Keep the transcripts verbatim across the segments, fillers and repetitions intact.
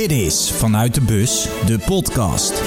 Dit is Vanuit de Bus, de podcast.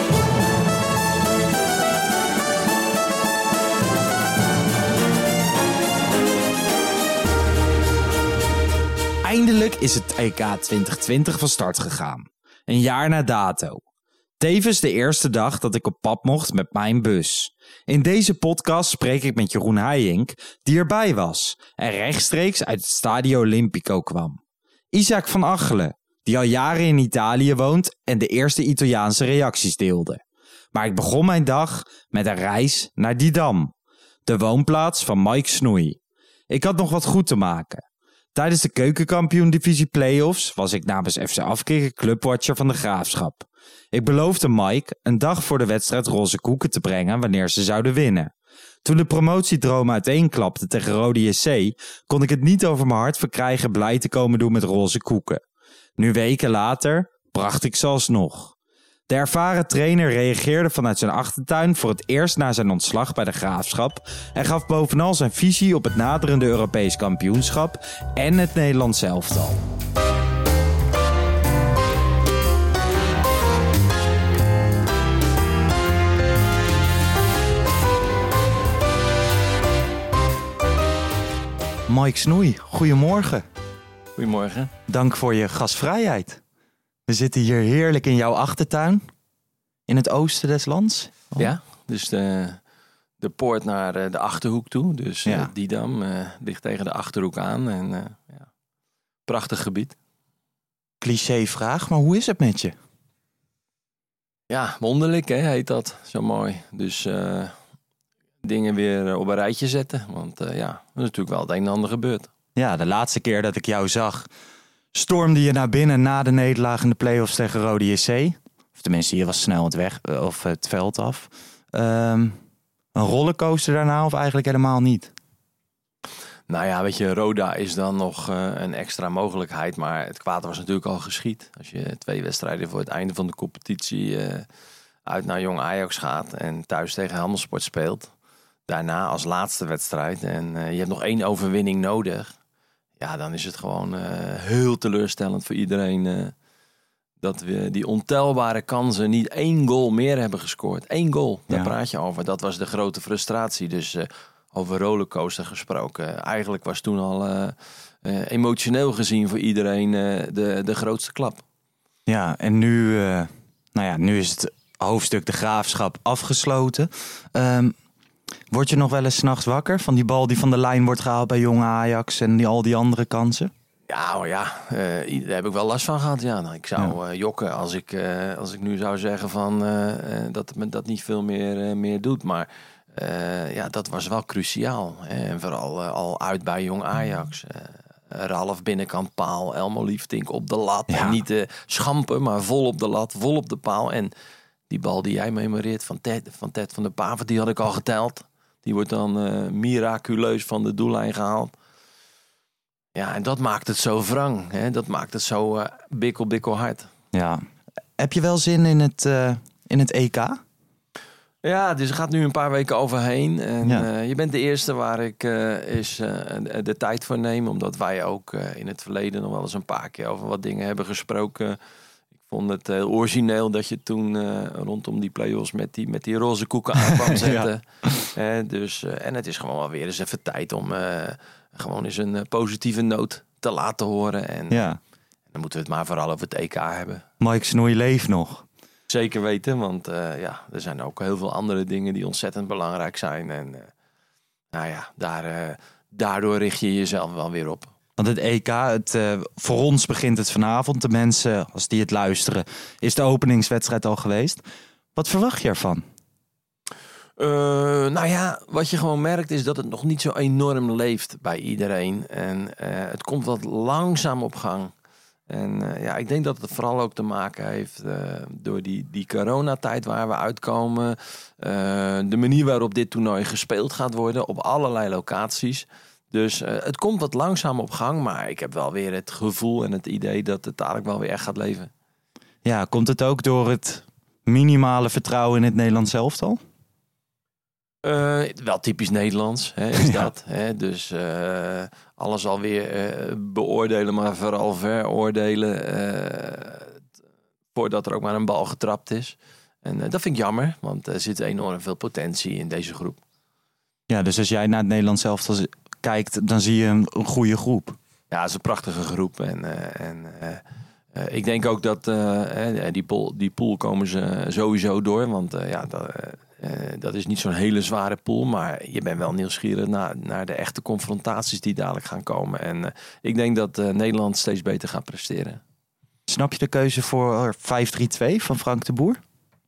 Eindelijk is het E K twintig twintig van start gegaan. Een jaar na dato. Tevens de eerste dag dat ik op pad mocht met mijn bus. In deze podcast spreek ik met Jeroen Heijink, die erbij was en rechtstreeks uit het Stadio Olimpico kwam. Isaac van Achelen, die al jaren in Italië woont en de eerste Italiaanse reacties deelde. Maar ik begon mijn dag met een reis naar Didam, de woonplaats van Mike Snoei. Ik had nog wat goed te maken. Tijdens de keukenkampioen-divisie play-offs was ik namens F C Afkikken clubwatcher van de Graafschap. Ik beloofde Mike een dag voor de wedstrijd roze koeken te brengen wanneer ze zouden winnen. Toen de promotiedroom uiteenklapte tegen Rode J C, kon ik het niet over mijn hart verkrijgen blij te komen doen met roze koeken. Nu weken later bracht ik ze alsnog. De ervaren trainer reageerde vanuit zijn achtertuin voor het eerst na zijn ontslag bij de Graafschap en gaf bovenal zijn visie op het naderende Europees kampioenschap en het Nederlands elftal. Mike Snoei, goedemorgen. Goedemorgen. Dank voor je gastvrijheid. We zitten hier heerlijk in jouw achtertuin, in het oosten des lands. Oh. Ja, dus de, de poort naar de Achterhoek toe. Dus ja. uh, Didam uh, ligt tegen de Achterhoek aan. En uh, ja, prachtig gebied. Cliché vraag, maar hoe is het met je? Ja, wonderlijk hè, heet dat. Zo mooi. Dus uh, dingen weer op een rijtje zetten. Want uh, ja, er is natuurlijk wel het een en ander gebeurd. Ja, de laatste keer dat ik jou zag, stormde je naar binnen na de nederlaag in de play-offs tegen Rode J C. Of tenminste, je was snel het weg of het veld af. Um, een rollercoaster daarna of eigenlijk helemaal niet? Nou ja, weet je, Roda is dan nog uh, een extra mogelijkheid. Maar het kwaad was natuurlijk al geschied. Als je twee wedstrijden voor het einde van de competitie uh, uit naar Jong Ajax gaat en thuis tegen Helmelsport speelt. Daarna als laatste wedstrijd en uh, je hebt nog één overwinning nodig. Ja, dan is het gewoon uh, heel teleurstellend voor iedereen uh, dat we die ontelbare kansen niet één goal meer hebben gescoord. Eén goal, daar ja. praat je over. Dat was de grote frustratie. Dus uh, over rollercoaster gesproken. Eigenlijk was toen al uh, uh, emotioneel gezien voor iedereen uh, de, de grootste klap. Ja, en nu, uh, nou ja, nu is het hoofdstuk de Graafschap afgesloten. Um, Word je nog wel eens 's nachts wakker van die bal die van de lijn wordt gehaald bij Jong Ajax en die, al die andere kansen? Ja, maar ja, uh, daar heb ik wel last van gehad. Ja, nou, ik zou ja. uh, jokken als ik, uh, als ik nu zou zeggen van, uh, uh, dat het me dat niet veel meer, uh, meer doet. Maar uh, ja, dat was wel cruciaal. Hè? En vooral uh, al uit bij Jong Ajax. Uh, Ralf binnenkant paal, Elmo Liefdink op de lat. Ja. En niet uh, schampen, maar vol op de lat, vol op de paal. En die bal die jij memoreert van Ted van, Ted van der Paven, die had ik al geteld. Die wordt dan uh, miraculeus van de doellijn gehaald. Ja, en dat maakt het zo wrang. Hè? Dat maakt het zo uh, bikkel, bikkel hard. Ja. Heb je wel zin in het, uh, in het E K? Ja, dus er gaat nu een paar weken overheen. En ja. uh, je bent de eerste waar ik uh, eens uh, de tijd voor neem. Omdat wij ook uh, in het verleden nog wel eens een paar keer over wat dingen hebben gesproken. Ik vond het heel origineel dat je toen uh, rondom die play-offs met die, met die roze koeken aan kwam zetten. ja. uh, dus, uh, en het is gewoon wel weer eens even tijd om uh, gewoon eens een uh, positieve noot te laten horen. En ja. uh, dan moeten we het maar vooral over het E K hebben. Mike Snoei leeft nog. Zeker weten, want uh, ja, er zijn ook heel veel andere dingen die ontzettend belangrijk zijn. En uh, nou ja, daar, uh, daardoor richt je jezelf wel weer op. Want het E K, het, uh, voor ons begint het vanavond. De mensen, als die het luisteren, is de openingswedstrijd al geweest. Wat verwacht je ervan? Uh, nou ja, wat je gewoon merkt is dat het nog niet zo enorm leeft bij iedereen. En uh, het komt wat langzaam op gang. En uh, ja, ik denk dat het vooral ook te maken heeft uh, door die, die coronatijd waar we uitkomen. Uh, de manier waarop dit toernooi gespeeld gaat worden op allerlei locaties. Dus uh, het komt wat langzaam op gang, maar ik heb wel weer het gevoel en het idee dat het dadelijk wel weer echt gaat leven. Ja, komt het ook door het minimale vertrouwen in het Nederlands elftal? Uh, wel typisch Nederlands, hè, is ja. dat. Hè? Dus uh, alles alweer uh, beoordelen, maar vooral veroordelen. Uh, voordat er ook maar een bal getrapt is. En uh, dat vind ik jammer, want er zit enorm veel potentie in deze groep. Ja, dus als jij naar het Nederlands elftal kijkt, dan zie je een, een goede groep. Ja, het is een prachtige groep. En, uh, en uh, uh, ik denk ook dat uh, die, pool, die pool komen ze sowieso door. Want uh, ja, dat, uh, dat is niet zo'n hele zware pool. Maar je bent wel nieuwsgierig naar, naar de echte confrontaties die dadelijk gaan komen. En uh, ik denk dat uh, Nederland steeds beter gaat presteren. Snap je de keuze voor vijf drie twee van Frank de Boer?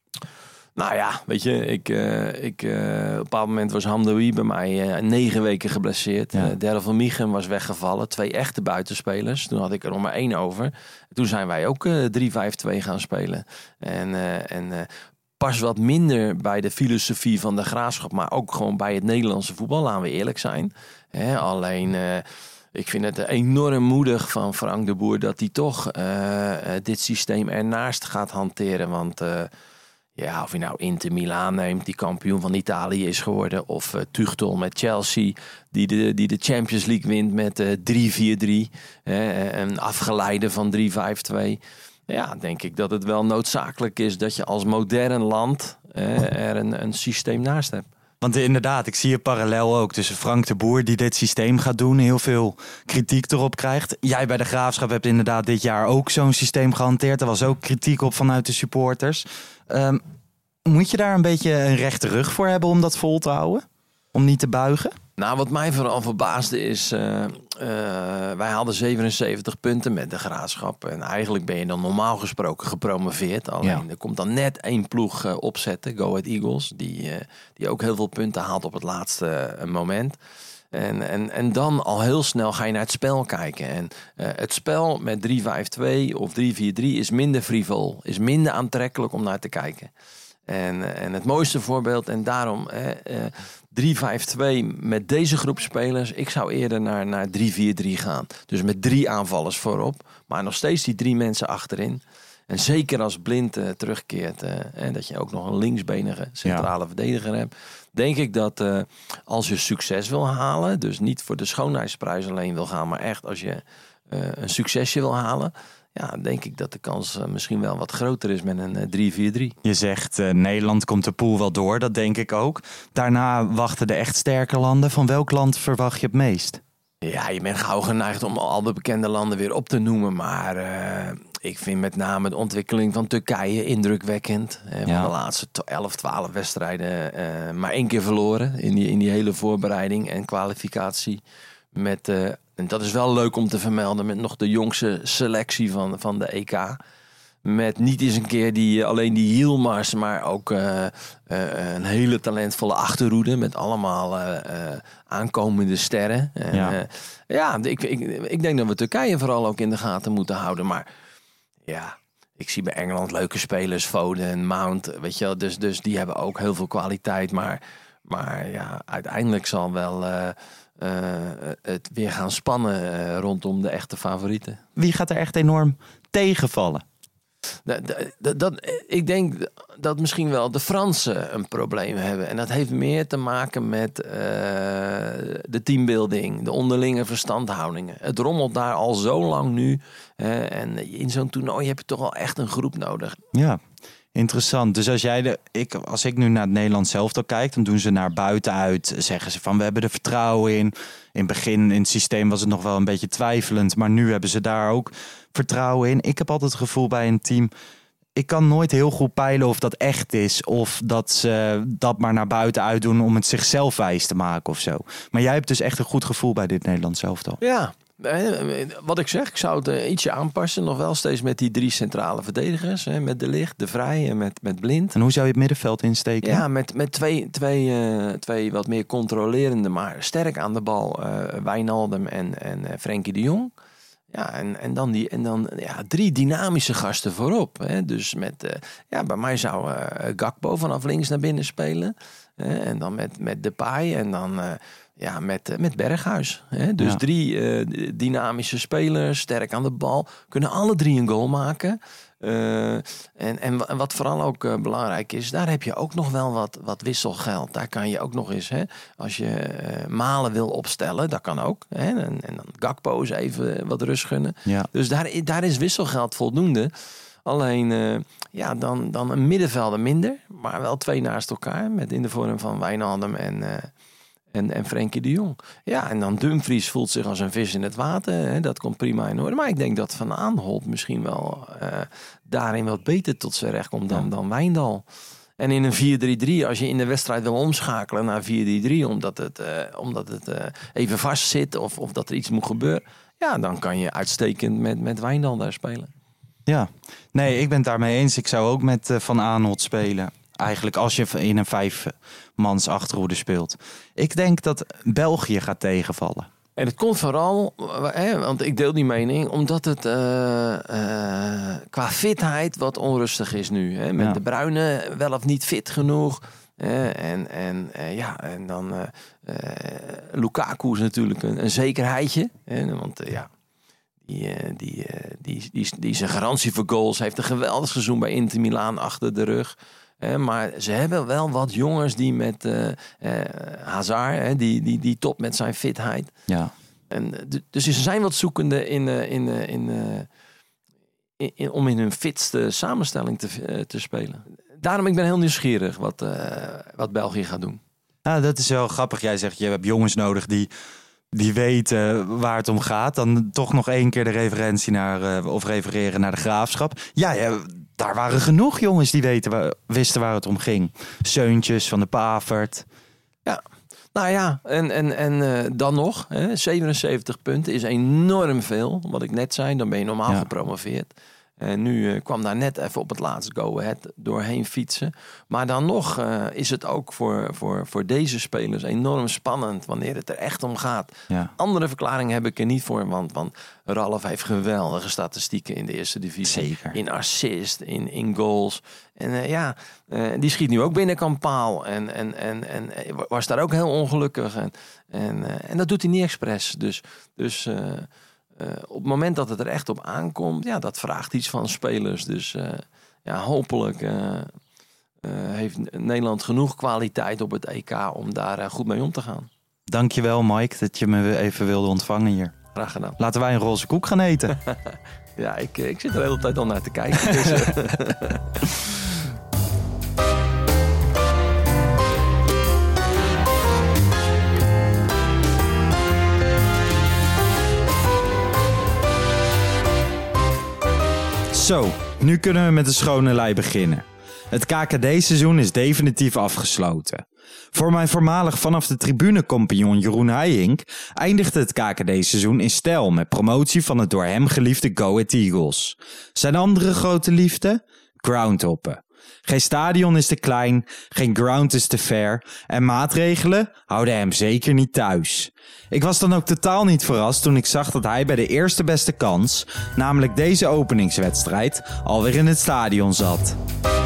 Nou ja, weet je, ik, uh, ik, uh, op een bepaald moment was Hamdoui bij mij uh, negen weken geblesseerd. Ja. Uh, Daryl van Miegen was weggevallen. Twee echte buitenspelers. Toen had ik er nog maar één over. Toen zijn wij ook uh, drie vijf twee gaan spelen. En, uh, en uh, pas wat minder bij de filosofie van de Graafschap, maar ook gewoon bij het Nederlandse voetbal, laten we eerlijk zijn. Hè, alleen... Uh, Ik vind het enorm moedig van Frank de Boer dat hij toch uh, uh, dit systeem ernaast gaat hanteren. Want uh, ja, of je nou Inter Milaan neemt, die kampioen van Italië is geworden. Of uh, Tuchel met Chelsea, die de, die de Champions League wint met uh, drie vier drie. Uh, een afgeleide van drie vijf twee. Ja, denk ik dat het wel noodzakelijk is dat je als modern land uh, er een, een systeem naast hebt. Want inderdaad, ik zie een parallel ook tussen Frank de Boer die dit systeem gaat doen, heel veel kritiek erop krijgt. Jij bij de Graafschap hebt inderdaad dit jaar ook zo'n systeem gehanteerd. Er was ook kritiek op vanuit de supporters. Um, moet je daar een beetje een rechte rug voor hebben om dat vol te houden? Om niet te buigen? Nou, wat mij vooral verbaasde is, uh, uh, wij hadden zevenenzeventig punten met de Graafschap. En eigenlijk ben je dan normaal gesproken gepromoveerd. Alleen ja. Er komt dan net één ploeg uh, opzetten, Go Ahead Eagles. Die, uh, die ook heel veel punten haalt op het laatste uh, moment. En, en, en dan al heel snel ga je naar het spel kijken. En uh, het spel met drie vijf twee of drie vier drie is minder frivol. Is minder aantrekkelijk om naar te kijken. En, en het mooiste voorbeeld, en daarom eh, eh, drie vijf twee met deze groep spelers. Ik zou eerder naar, naar drie vier drie gaan. Dus met drie aanvallers voorop, maar nog steeds die drie mensen achterin. En zeker als Blind uh, terugkeert uh, en dat je ook nog een linksbenige centrale ja. verdediger hebt. Denk ik dat uh, als je succes wil halen, dus niet voor de schoonheidsprijs alleen wil gaan, maar echt als je uh, een succesje wil halen. Ja, denk ik dat de kans uh, misschien wel wat groter is met een uh, drie vier drie. Je zegt uh, Nederland komt de pool wel door, dat denk ik ook. Daarna wachten de echt sterke landen. Van welk land verwacht je het meest? Ja, je bent gauw geneigd om al de bekende landen weer op te noemen. Maar uh, ik vind met name de ontwikkeling van Turkije indrukwekkend. Uh, van ja. de laatste elf, twaalf wedstrijden uh, maar één keer verloren in die, in die hele voorbereiding en kwalificatie. Met... Uh, En dat is wel leuk om te vermelden met nog de jongste selectie van, van de E K. Met niet eens een keer die, alleen die Yilmaz, maar ook uh, uh, een hele talentvolle achterhoede. Met allemaal uh, uh, aankomende sterren. En, ja, uh, ja ik, ik, ik denk dat we Turkije vooral ook in de gaten moeten houden. Maar ja, ik zie bij Engeland leuke spelers, Foden, Mount. Weet je wel, dus, dus die hebben ook heel veel kwaliteit. Maar, maar ja, uiteindelijk zal wel... Uh, Uh, het weer gaan spannen uh, rondom de echte favorieten. Wie gaat er echt enorm tegenvallen? Dat, dat, dat, ik denk dat misschien wel de Fransen een probleem hebben. En dat heeft meer te maken met uh, de teambuilding, de onderlinge verstandhoudingen. Het rommelt daar al zo lang nu. Uh, en in zo'n toernooi heb je toch wel echt een groep nodig. Ja. Interessant. Dus als jij de, ik, als ik nu naar het Nederlands elftal kijk, dan doen ze naar buiten uit. Zeggen ze van we hebben er vertrouwen in. In het begin in het systeem was het nog wel een beetje twijfelend. Maar nu hebben ze daar ook vertrouwen in. Ik heb altijd het gevoel bij een team. Ik kan nooit heel goed peilen of dat echt is. Of dat ze dat maar naar buiten uitdoen om het zichzelf wijs te maken of zo. Maar jij hebt dus echt een goed gevoel bij dit Nederlands elftal. Ja. Wat ik zeg, ik zou het uh, ietsje aanpassen. Nog wel steeds met die drie centrale verdedigers. Hè, met De Ligt, De Vrij en met, met Blind. En hoe zou je het middenveld insteken? Ja, met, met twee, twee, uh, twee wat meer controlerende, maar sterk aan de bal. Uh, Wijnaldum en, en uh, Frenkie de Jong. Ja, en, en dan, die, en dan ja, drie dynamische gasten voorop. Hè. Dus met, uh, ja, bij mij zou uh, Gakpo vanaf links naar binnen spelen. Uh, en dan met, met Depay en dan... Uh, Ja, met, met Berghuis. Hè? Dus ja. drie uh, dynamische spelers, sterk aan de bal. Kunnen alle drie een goal maken. Uh, en, en wat vooral ook uh, belangrijk is, daar heb je ook nog wel wat, wat wisselgeld. Daar kan je ook nog eens, hè, als je uh, Malen wil opstellen, dat kan ook. Hè? En, en dan Gakpo eens even wat rust gunnen. Ja. Dus daar, daar is wisselgeld voldoende. Alleen, uh, ja, dan, dan een middenvelder minder. Maar wel twee naast elkaar. Met in de vorm van Wijnaldum en, uh, en, en Frenkie de Jong. Ja, en dan Dumfries voelt zich als een vis in het water. Hè. Dat komt prima in orde. Maar ik denk dat Van Aanholt misschien wel uh, daarin wat beter tot zijn recht komt dan, ja. dan Wijndal. En in een vier drie drie, als je in de wedstrijd wil omschakelen naar vier drie drie... omdat het, uh, omdat het uh, even vast zit of, of dat er iets moet gebeuren... ja, dan kan je uitstekend met, met Wijndal daar spelen. Ja, nee, ik ben het daarmee eens. Ik zou ook met uh, Van Aanholt spelen. Eigenlijk als je in een vijfmans achterhoede speelt. Ik denk dat België gaat tegenvallen. En het komt vooral, hè, want ik deel die mening, omdat het uh, uh, qua fitheid wat onrustig is nu. Hè, met ja. de Bruyne wel of niet fit genoeg. Uh, en, en, uh, ja, en dan uh, uh, Lukaku is natuurlijk een, een zekerheidje. Hè, want uh, ja, die, uh, die, uh, die, die, die is een garantie voor goals. Heeft een geweldig seizoen bij Inter Milaan achter de rug. Uh, maar ze hebben wel wat jongens die met uh, uh, Hazard, hè, die, die, die top met zijn fitheid. Ja. En, d- dus ze zijn wat zoekende in, uh, in, uh, in, uh, in, in, om in hun fitste samenstelling te, uh, te spelen. Daarom ik ben heel nieuwsgierig wat, uh, wat België gaat doen. Nou, dat is wel grappig. Jij zegt, je hebt jongens nodig die, die weten waar het om gaat. Dan toch nog één keer de referentie naar, uh, of refereren naar de Graafschap. Ja, ja, daar waren genoeg jongens die weten waar, wisten waar het om ging. Seuntjes, Van de Pavert. Ja, nou ja, en, en, en uh, dan nog, hè, zevenenzeventig punten is enorm veel. Wat ik net zei, dan ben je normaal ja. gepromoveerd. En nu uh, kwam daar net even op het laatste Go Ahead doorheen fietsen. Maar dan nog uh, is het ook voor, voor, voor deze spelers enorm spannend wanneer het er echt om gaat. Ja. Andere verklaringen heb ik er niet voor, want, want Ralf heeft geweldige statistieken in de eerste divisie. Zeker. In assist, in, in goals. En uh, ja, uh, die schiet nu ook binnen kan paal. En, en, en, en was daar ook heel ongelukkig. En, en, uh, en dat doet hij niet expres. Dus... dus uh, Uh, op het moment dat het er echt op aankomt, ja, dat vraagt iets van spelers. Dus uh, ja, hopelijk uh, uh, heeft Nederland genoeg kwaliteit op het E K om daar uh, goed mee om te gaan. Dankjewel, Mike, dat je me even wilde ontvangen hier. Graag gedaan. Laten wij een roze koek gaan eten. Ja, ik, ik zit er de hele tijd al naar te kijken. Dus, uh. Zo, nu kunnen we met de schone lei beginnen. Het K K D-seizoen is definitief afgesloten. Voor mijn voormalig vanaf de tribune compagnon Jeroen Heijink eindigde het K K D-seizoen in stijl met promotie van het door hem geliefde Go Ahead Eagles. Zijn andere grote liefde? Groundhoppen. Geen stadion is te klein, geen ground is te ver en maatregelen houden hem zeker niet thuis. Ik was dan ook totaal niet verrast toen ik zag dat hij bij de eerste beste kans, namelijk deze openingswedstrijd, alweer in het stadion zat.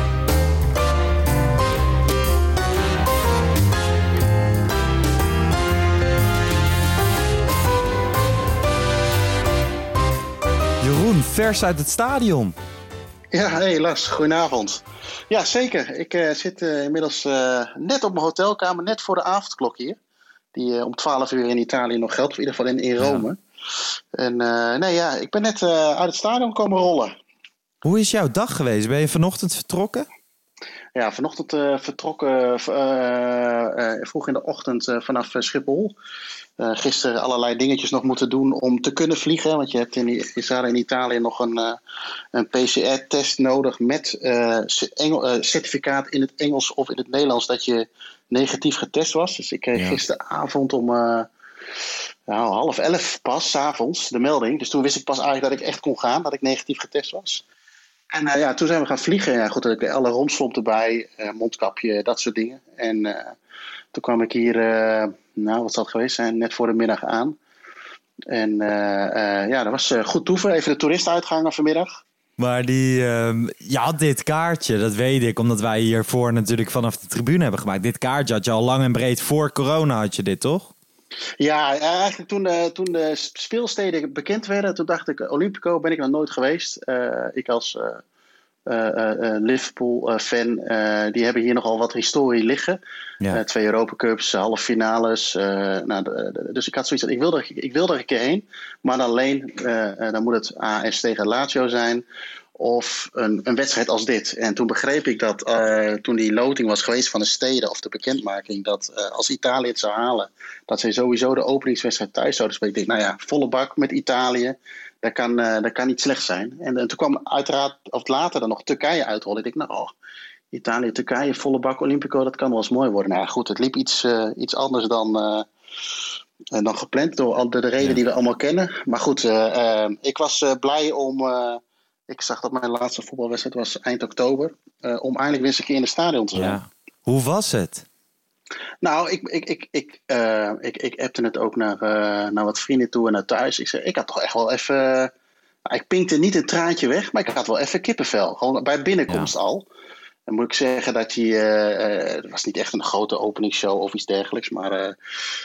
Jeroen, vers uit het stadion. Ja, hey Lars, goedenavond. Ja, zeker. Ik uh, zit uh, inmiddels uh, net op mijn hotelkamer, net voor de avondklok hier. Die uh, om twaalf uur in Italië nog geldt, of in ieder geval in, in Rome. Ja. En uh, nee, ja, ik ben net uh, uit het stadion komen rollen. Hoe is jouw dag geweest? Ben je vanochtend vertrokken? Ja, vanochtend uh, vertrokken uh, uh, vroeg in de ochtend uh, vanaf uh, Schiphol. Uh, gisteren allerlei dingetjes nog moeten doen om te kunnen vliegen. Want je hebt in, in, in Italië nog een, uh, een P C R-test nodig met uh, Engel, uh, certificaat in het Engels of in het Nederlands dat je negatief getest was. Dus ik kreeg ja. gisteravond om uh, nou, half elf pas, 's avonds, de melding. Dus toen wist ik pas eigenlijk dat ik echt kon gaan, dat ik negatief getest was. En uh, ja, toen zijn we gaan vliegen. Ja, goed, ik alle romslomp erbij, uh, mondkapje, dat soort dingen. En uh, toen kwam ik hier, uh, nou wat zal het geweest zijn, net voor de middag aan. En uh, uh, ja, dat was uh, goed toeven. Even de toeristenuitgangen vanmiddag. Maar die, uh, je had dit kaartje, dat weet ik, omdat wij hiervoor natuurlijk vanaf de tribune hebben gemaakt. Dit kaartje had je al lang en breed voor corona, had je dit, toch? Ja, eigenlijk toen de, toen de speelsteden bekend werden, toen dacht ik, Olympico ben ik nog nooit geweest. Uh, ik als uh, uh, uh, Liverpool-fan, uh, die hebben hier nogal wat historie liggen. Ja. Uh, twee Europa Cups, halve finales. Uh, nou, de, de, dus ik had zoiets van, ik wil er, ik wil er een keer heen. Maar dan alleen, uh, uh, dan moet het A S tegen Lazio zijn. of een, een wedstrijd als dit. En toen begreep ik dat uh, toen die loting was geweest van de steden of de bekendmaking, dat uh, als Italië het zou halen, dat zij sowieso de openingswedstrijd thuis zouden spelen. Ik denk, nou ja, volle bak met Italië, dat kan, uh, dat kan niet slecht zijn. En, en toen kwam uiteraard, of later dan nog Turkije uitrollen. Ik denk, nou, oh, Italië, Turkije, volle bak Olympico, dat kan wel eens mooi worden. Nou ja, goed, het liep iets, uh, iets anders dan, uh, dan gepland door al de, de reden ja. die we allemaal kennen. Maar goed, uh, uh, ik was uh, blij om... Uh, ik zag dat mijn laatste voetbalwedstrijd was eind oktober. Uh, om eindelijk weer eens een keer in het stadion te zijn. Ja. Hoe was het? Nou, ik, ik, ik, ik, uh, ik, ik appte het ook naar, uh, naar wat vrienden toe en naar thuis. Ik zei, ik had toch echt wel even... Uh, ik pinkte niet een traantje weg, maar ik had wel even kippenvel. Gewoon bij binnenkomst ja. al. Dan moet ik zeggen dat hij... Uh, uh, het was niet echt een grote openingsshow of iets dergelijks, maar... Uh,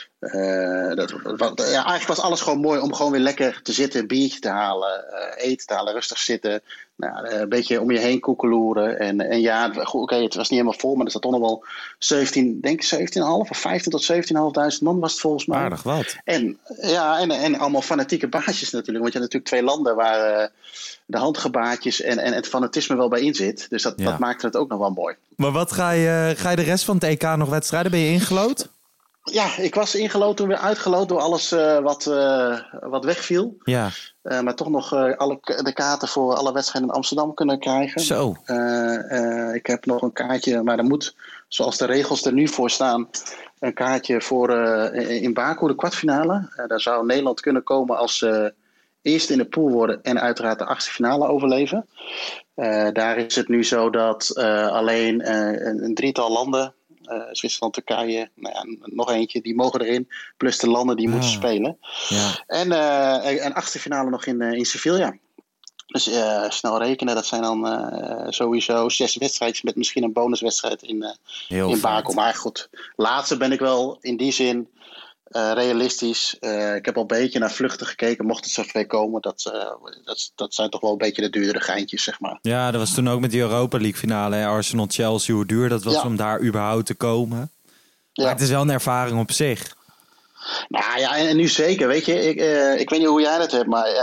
Uh, dat, wat, ja, eigenlijk was alles gewoon mooi om gewoon weer lekker te zitten, een biertje te halen, uh, eten te halen, rustig zitten, nou, uh, een beetje om je heen koekeloeren. En, en ja, oké, okay, het was niet helemaal vol, maar er zat toch nog wel zeventien, denk ik zeventien komma vijf of vijftien tot zeventienduizend man was het volgens mij. Aardig wat. En, ja, en, en allemaal fanatieke baasjes natuurlijk, want je hebt natuurlijk twee landen waar uh, de handgebaatjes en, en het fanatisme wel bij in zit. Dus dat, ja. dat maakte het ook nog wel mooi. Maar wat ga je, ga je de rest van het E K nog wedstrijden? Ben je ingelood? Ja, ik was ingelood, toen weer uitgelood door alles uh, wat, uh, wat wegviel. Ja. Uh, maar toch nog uh, alle, de kaarten voor alle wedstrijden in Amsterdam kunnen krijgen. Zo. Uh, uh, ik heb nog een kaartje, maar er moet, zoals de regels er nu voor staan, een kaartje voor uh, in Baku, de kwartfinale. Uh, daar zou Nederland kunnen komen als uh, eerste in de pool worden en uiteraard de achtste finale overleven. Uh, daar is het nu zo dat uh, alleen uh, een, een drietal landen... Uh, Zwitserland, Turkije, nou ja, nog eentje, die mogen erin. Plus de landen die ah, moeten spelen. Ja. En uh, een achtste finale nog in, uh, in Sevilla. Dus uh, snel rekenen, dat zijn dan uh, sowieso zes wedstrijdjes met misschien een bonuswedstrijd in, uh, in Baku. Maar goed, laatste ben ik wel in die zin uh, realistisch. Uh, ik heb al een beetje naar vluchten gekeken, mocht het zover komen. Dat, uh, dat, dat zijn toch wel een beetje de duurdere geintjes, zeg maar. Ja, dat was toen ook met die Europa League finale. Arsenal-Chelsea, hoe duur dat was ja. om daar überhaupt te komen. Ja. Maar het is wel een ervaring op zich. Nou ja, en, en nu zeker. Weet je, ik, uh, ik weet niet hoe jij dat hebt, maar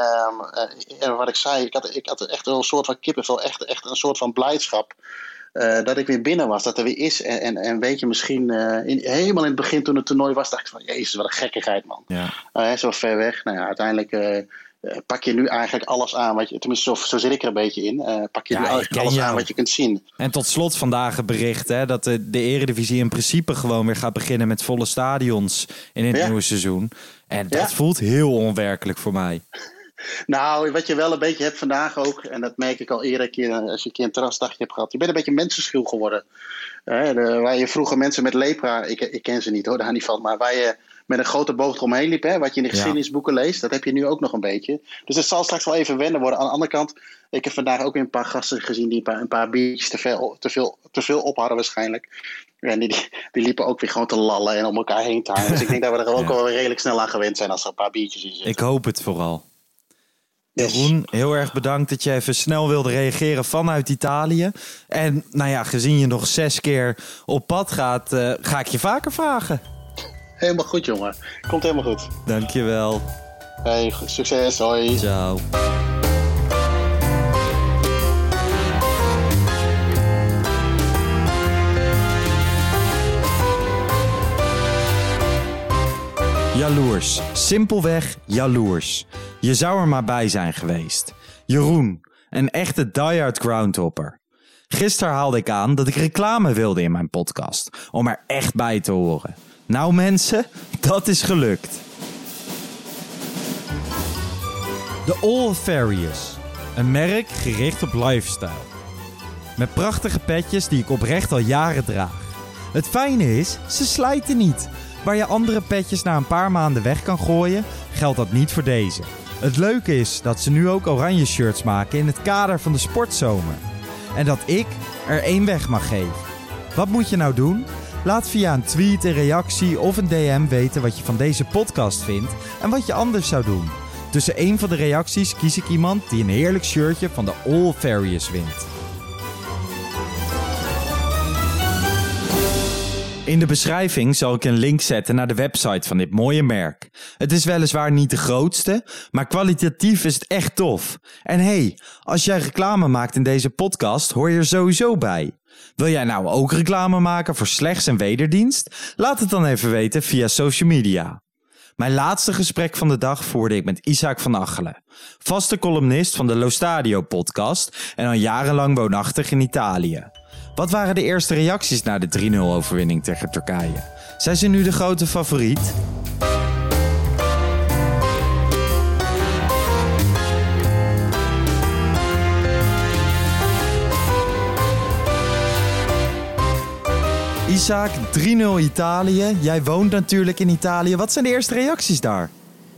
uh, uh, wat ik zei, ik had, ik had echt wel een soort van kippenvel, echt, echt een soort van blijdschap. Uh, dat ik weer binnen was, dat er weer is. En, en, en weet je, misschien uh, in, helemaal in het begin toen het toernooi was, dacht ik van, jezus, wat een gekkigheid, man. Ja. Uh, zo ver weg. Nou ja, uiteindelijk uh, uh, pak je nu eigenlijk alles aan, wat je, tenminste zo, zo zit ik er een beetje in, uh, pak je ja, nu eigenlijk alles jou. aan wat je kunt zien. En tot slot vandaag het bericht hè, dat de, de Eredivisie in principe gewoon weer gaat beginnen met volle stadions in het ja. nieuwe seizoen. En dat ja. voelt heel onwerkelijk voor mij. Nou, wat je wel een beetje hebt vandaag ook, en dat merk ik al eerder keer als je een keer een terrasdagje hebt gehad. Je bent een beetje mensenschuw geworden. Eh, de, waar je vroeger mensen met lepra, ik, ik ken ze niet hoor, daar niet van, maar waar je met een grote boog eromheen liep, hè, wat je in de geschiedenisboeken ja. leest, dat heb je nu ook nog een beetje. Dus het zal straks wel even wennen worden. Aan de andere kant, ik heb vandaag ook weer een paar gasten gezien die een paar, een paar biertjes te veel, te, veel, te veel op hadden waarschijnlijk. En die, die, die liepen ook weer gewoon te lallen en om elkaar heen te hangen. Dus ik denk dat we er ook ja. wel redelijk snel aan gewend zijn als er een paar biertjes in zitten. Ik hoop het vooral. Jeroen, heel erg bedankt dat je even snel wilde reageren vanuit Italië. En nou ja, gezien je nog zes keer op pad gaat, uh, ga ik je vaker vragen. Helemaal goed, jongen. Komt helemaal goed. Dankjewel. Hey, succes. Hoi. Ciao. Jaloers. Simpelweg jaloers. Je zou er maar bij zijn geweest. Jeroen, een echte diehard groundhopper. Gisteren haalde ik aan dat ik reclame wilde in mijn podcast. Om er echt bij te horen. Nou mensen, dat is gelukt. The Allfarious. Een merk gericht op lifestyle. Met prachtige petjes die ik oprecht al jaren draag. Het fijne is, ze slijten niet. Waar je andere petjes na een paar maanden weg kan gooien, geldt dat niet voor deze. Het leuke is dat ze nu ook oranje shirts maken in het kader van de sportzomer. En dat ik er één weg mag geven. Wat moet je nou doen? Laat via een tweet, een reactie of een D M weten wat je van deze podcast vindt en wat je anders zou doen. Tussen één van de reacties kies ik iemand die een heerlijk shirtje van de Allfarious wint. In de beschrijving zal ik een link zetten naar de website van dit mooie merk. Het is weliswaar niet de grootste, maar kwalitatief is het echt tof. En hey, als jij reclame maakt in deze podcast, hoor je er sowieso bij. Wil jij nou ook reclame maken voor slechts een wederdienst? Laat het dan even weten via social media. Mijn laatste gesprek van de dag voerde ik met Isaac van Achelen, vaste columnist van de Lo Stadio podcast en al jarenlang woonachtig in Italië. Wat waren de eerste reacties na de drie nul overwinning tegen Turkije? Zijn ze nu de grote favoriet? Isaac, drie nul Italië. Jij woont natuurlijk in Italië. Wat zijn de eerste reacties daar?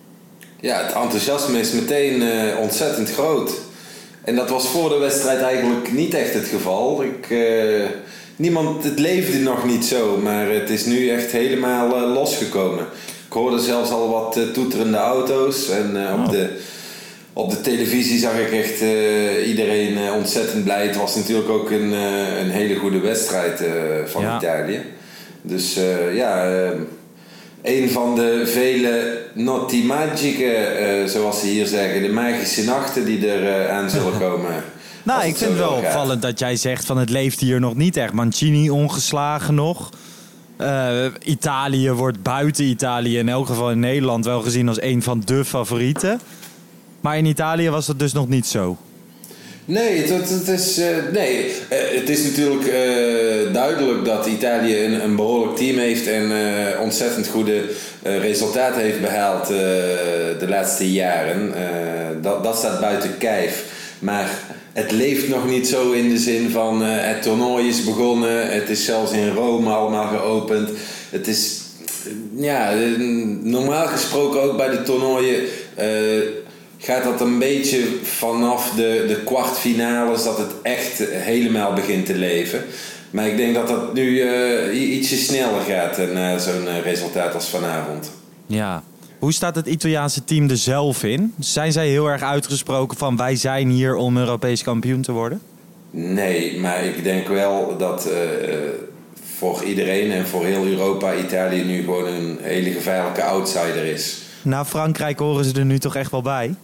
Ja, het enthousiasme is meteen uh, ontzettend groot. En dat was voor de wedstrijd eigenlijk niet echt het geval. Ik, uh, niemand, het leefde nog niet zo, maar het is nu echt helemaal uh, losgekomen. Ik hoorde zelfs al wat uh, toeterende auto's. En uh, op, oh. de, op de televisie zag ik echt uh, iedereen uh, ontzettend blij. Het was natuurlijk ook een, uh, een hele goede wedstrijd uh, van ja. Italië. Dus uh, ja... Uh, Een van de vele notti magiche, uh, zoals ze hier zeggen, de magische nachten die er uh, aan zullen komen. Nou, ik vind het wel opvallend dat jij zegt van het leeft hier nog niet echt. Mancini ongeslagen nog. Uh, Italië wordt buiten Italië, in elk geval in Nederland, wel gezien als een van de favorieten. Maar in Italië was dat dus nog niet zo. Nee, het, het, is, uh, nee. Uh, het is natuurlijk uh, duidelijk dat Italië een, een behoorlijk team heeft en uh, ontzettend goede uh, resultaten heeft behaald uh, de laatste jaren. Uh, dat, dat staat buiten kijf. Maar het leeft nog niet zo in de zin van uh, het toernooi is begonnen. Het is zelfs in Rome allemaal geopend. Het is, ja, normaal gesproken ook bij de toernooien... Uh, gaat dat een beetje vanaf de, de kwartfinales dat het echt helemaal begint te leven. Maar ik denk dat dat nu uh, ietsje sneller gaat na uh, zo'n uh, resultaat als vanavond. Ja. Hoe staat het Italiaanse team er zelf in? Zijn zij heel erg uitgesproken van wij zijn hier om Europees kampioen te worden? Nee, maar ik denk wel dat uh, voor iedereen en voor heel Europa Italië nu gewoon een hele gevaarlijke outsider is. Na Frankrijk horen ze er nu toch echt wel bij?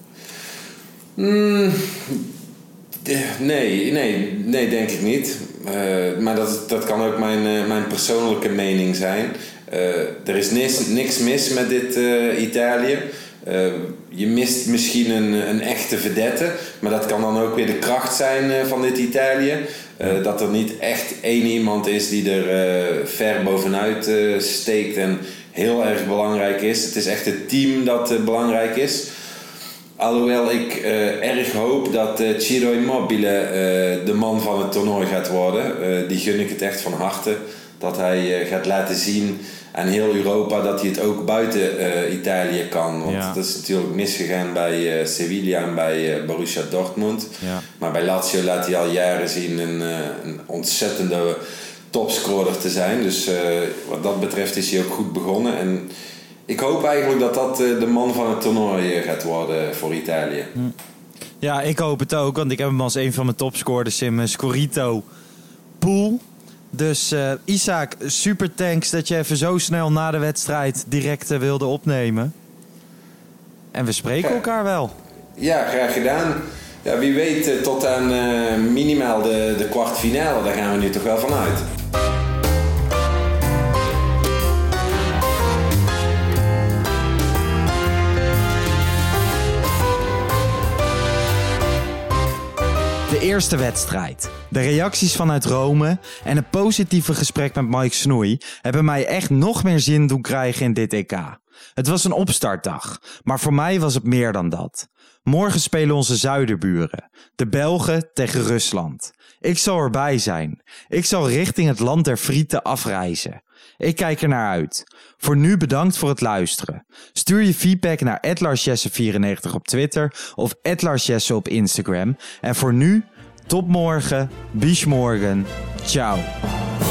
Mm, nee, nee, nee, denk ik niet. Uh, maar dat, dat kan ook mijn, uh, mijn persoonlijke mening zijn. Uh, er is niks, niks mis met dit uh, Italië. Uh, je mist misschien een, een echte vedette, maar dat kan dan ook weer de kracht zijn uh, van dit Italië. Uh, dat er niet echt één iemand is die er uh, ver bovenuit uh, steekt en heel erg belangrijk is. Het is echt het team dat uh, belangrijk is. Alhoewel ik uh, erg hoop dat uh, Ciro Immobile uh, de man van het toernooi gaat worden. Uh, die gun ik het echt van harte. Dat hij uh, gaat laten zien aan heel Europa dat hij het ook buiten uh, Italië kan. Want ja. dat is natuurlijk misgegaan bij uh, Sevilla en bij uh, Borussia Dortmund. Ja. Maar bij Lazio laat hij al jaren zien een, uh, een ontzettende topscorer te zijn. Dus uh, wat dat betreft is hij ook goed begonnen. En ik hoop eigenlijk dat dat uh, de man van het toernooi gaat worden voor Italië. Ja, ik hoop het ook. Want ik heb hem als een van mijn topscorers in mijn Scorito pool. Dus uh, Isaac, super thanks dat je even zo snel na de wedstrijd direct uh, wilde opnemen. En we spreken ja. elkaar wel. Ja, graag gedaan. Ja, wie weet uh, tot aan uh, minimaal de, de kwartfinale. Daar gaan we nu toch wel van uit. De eerste wedstrijd, de reacties vanuit Rome en een positieve gesprek met Mike Snoei hebben mij echt nog meer zin doen krijgen in dit E K. Het was een opstartdag, maar voor mij was het meer dan dat. Morgen spelen onze zuiderburen, de Belgen tegen Rusland. Ik zal erbij zijn. Ik zal richting het land der frieten afreizen. Ik kijk er naar uit. Voor nu bedankt voor het luisteren. Stuur je feedback naar at lars jesse vierennegentig op Twitter of at lars jesse op Instagram. En voor nu, tot morgen, bis morgen, ciao.